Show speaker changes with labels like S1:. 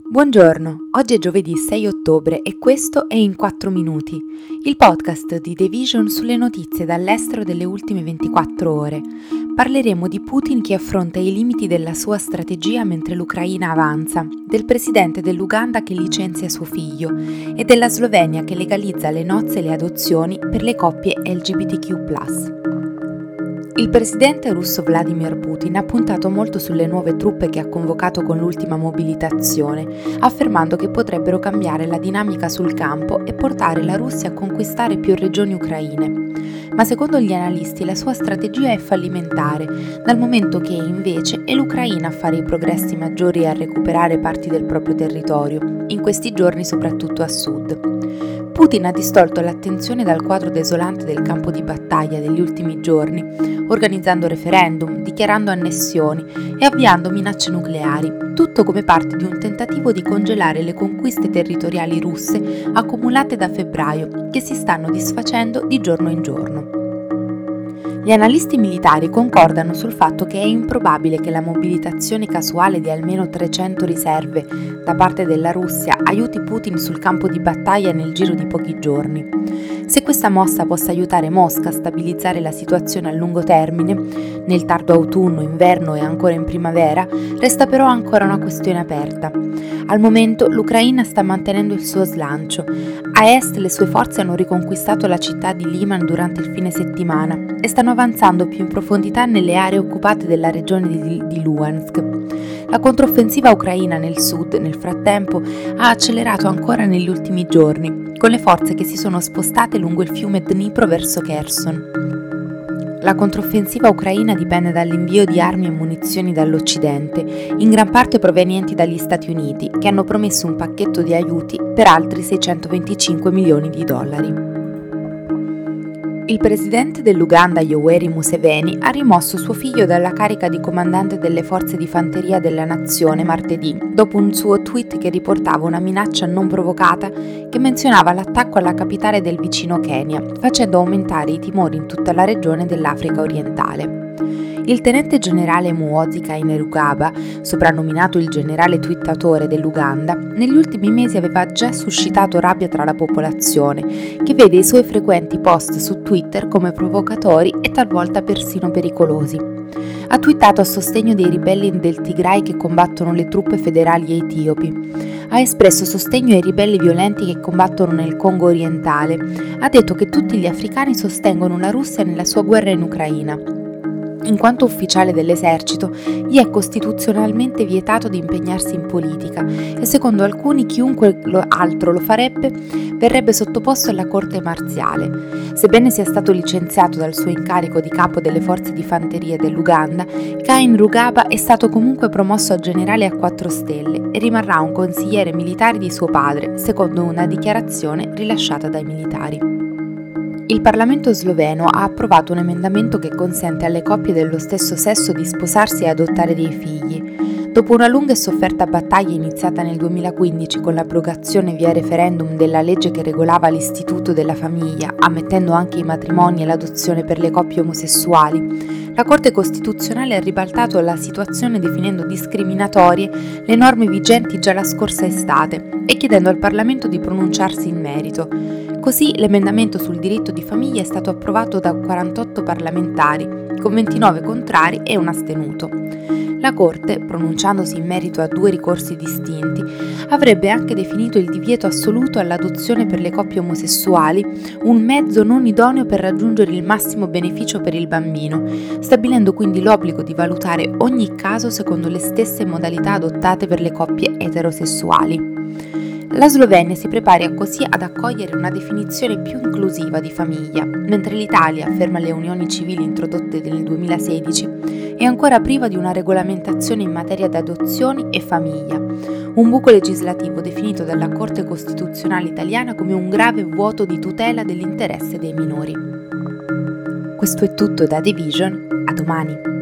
S1: Buongiorno, oggi è giovedì 6 ottobre e questo è In 4 Minuti, il podcast di The Vision sulle notizie dall'estero delle ultime 24 ore. Parleremo di Putin che affronta i limiti della sua strategia mentre l'Ucraina avanza, del presidente dell'Uganda che licenzia suo figlio e della Slovenia che legalizza le nozze e le adozioni per le coppie LGBTQ+. Il presidente russo Vladimir Putin ha puntato molto sulle nuove truppe che ha convocato con l'ultima mobilitazione, affermando che potrebbero cambiare la dinamica sul campo e portare la Russia a conquistare più regioni ucraine. Ma secondo gli analisti la sua strategia è fallimentare, dal momento che invece è l'Ucraina a fare i progressi maggiori e a recuperare parti del proprio territorio, in questi giorni soprattutto a sud. Putin ha distolto l'attenzione dal quadro desolante del campo di battaglia degli ultimi giorni, organizzando referendum, dichiarando annessioni e avviando minacce nucleari, tutto come parte di un tentativo di congelare le conquiste territoriali russe accumulate da febbraio, che si stanno disfacendo di giorno in giorno. Gli analisti militari concordano sul fatto che è improbabile che la mobilitazione casuale di almeno 300 riserve da parte della Russia aiuti Putin sul campo di battaglia nel giro di pochi giorni. Se questa mossa possa aiutare Mosca a stabilizzare la situazione a lungo termine, nel tardo autunno, inverno e ancora in primavera, resta però ancora una questione aperta. Al momento l'Ucraina sta mantenendo il suo slancio. A est le sue forze hanno riconquistato la città di Liman durante il fine settimana e stanno avanzando più in profondità nelle aree occupate della regione di Luhansk. La controffensiva ucraina nel sud, nel frattempo, ha accelerato ancora negli ultimi giorni, con le forze che si sono spostate lungo il fiume Dnipro verso Kherson. La controffensiva ucraina dipende dall'invio di armi e munizioni dall'Occidente, in gran parte provenienti dagli Stati Uniti, che hanno promesso un pacchetto di aiuti per altri 625 milioni di dollari. Il presidente dell'Uganda Yoweri Museveni ha rimosso suo figlio dalla carica di comandante delle forze di fanteria della nazione martedì, dopo un suo tweet che riportava una minaccia non provocata che menzionava l'attacco alla capitale del vicino Kenya, facendo aumentare i timori in tutta la regione dell'Africa orientale. Il tenente generale Muhoozi Kainerugaba, soprannominato il generale twittatore dell'Uganda, negli ultimi mesi aveva già suscitato rabbia tra la popolazione, che vede i suoi frequenti post su Twitter come provocatori e talvolta persino pericolosi. Ha twittato a sostegno dei ribelli del Tigray che combattono le truppe federali etiopi. Ha espresso sostegno ai ribelli violenti che combattono nel Congo orientale. Ha detto che tutti gli africani sostengono la Russia nella sua guerra in Ucraina. In quanto ufficiale dell'esercito, gli è costituzionalmente vietato di impegnarsi in politica e secondo alcuni chiunque altro lo farebbe verrebbe sottoposto alla corte marziale. Sebbene sia stato licenziato dal suo incarico di capo delle forze di fanteria dell'Uganda, Kainerugaba è stato comunque promosso a generale a 4 stelle e rimarrà un consigliere militare di suo padre, secondo una dichiarazione rilasciata dai militari. Il Parlamento sloveno ha approvato un emendamento che consente alle coppie dello stesso sesso di sposarsi e adottare dei figli. Dopo una lunga e sofferta battaglia iniziata nel 2015 con l'abrogazione via referendum della legge che regolava l'istituto della famiglia, ammettendo anche i matrimoni e l'adozione per le coppie omosessuali, la Corte Costituzionale ha ribaltato la situazione definendo discriminatorie le norme vigenti già la scorsa estate e chiedendo al Parlamento di pronunciarsi in merito. Così l'emendamento sul diritto di famiglia è stato approvato da 48 parlamentari, con 29 contrari e un astenuto. La Corte, pronunciandosi in merito a 2 ricorsi distinti, avrebbe anche definito il divieto assoluto all'adozione per le coppie omosessuali un mezzo non idoneo per raggiungere il massimo beneficio per il bambino, stabilendo quindi l'obbligo di valutare ogni caso secondo le stesse modalità adottate per le coppie eterosessuali. La Slovenia si prepara così ad accogliere una definizione più inclusiva di famiglia, mentre l'Italia, ferma le unioni civili introdotte nel 2016, è ancora priva di una regolamentazione in materia di adozioni e famiglia, un buco legislativo definito dalla Corte Costituzionale italiana come un grave vuoto di tutela dell'interesse dei minori. Questo è tutto da The Vision, a domani.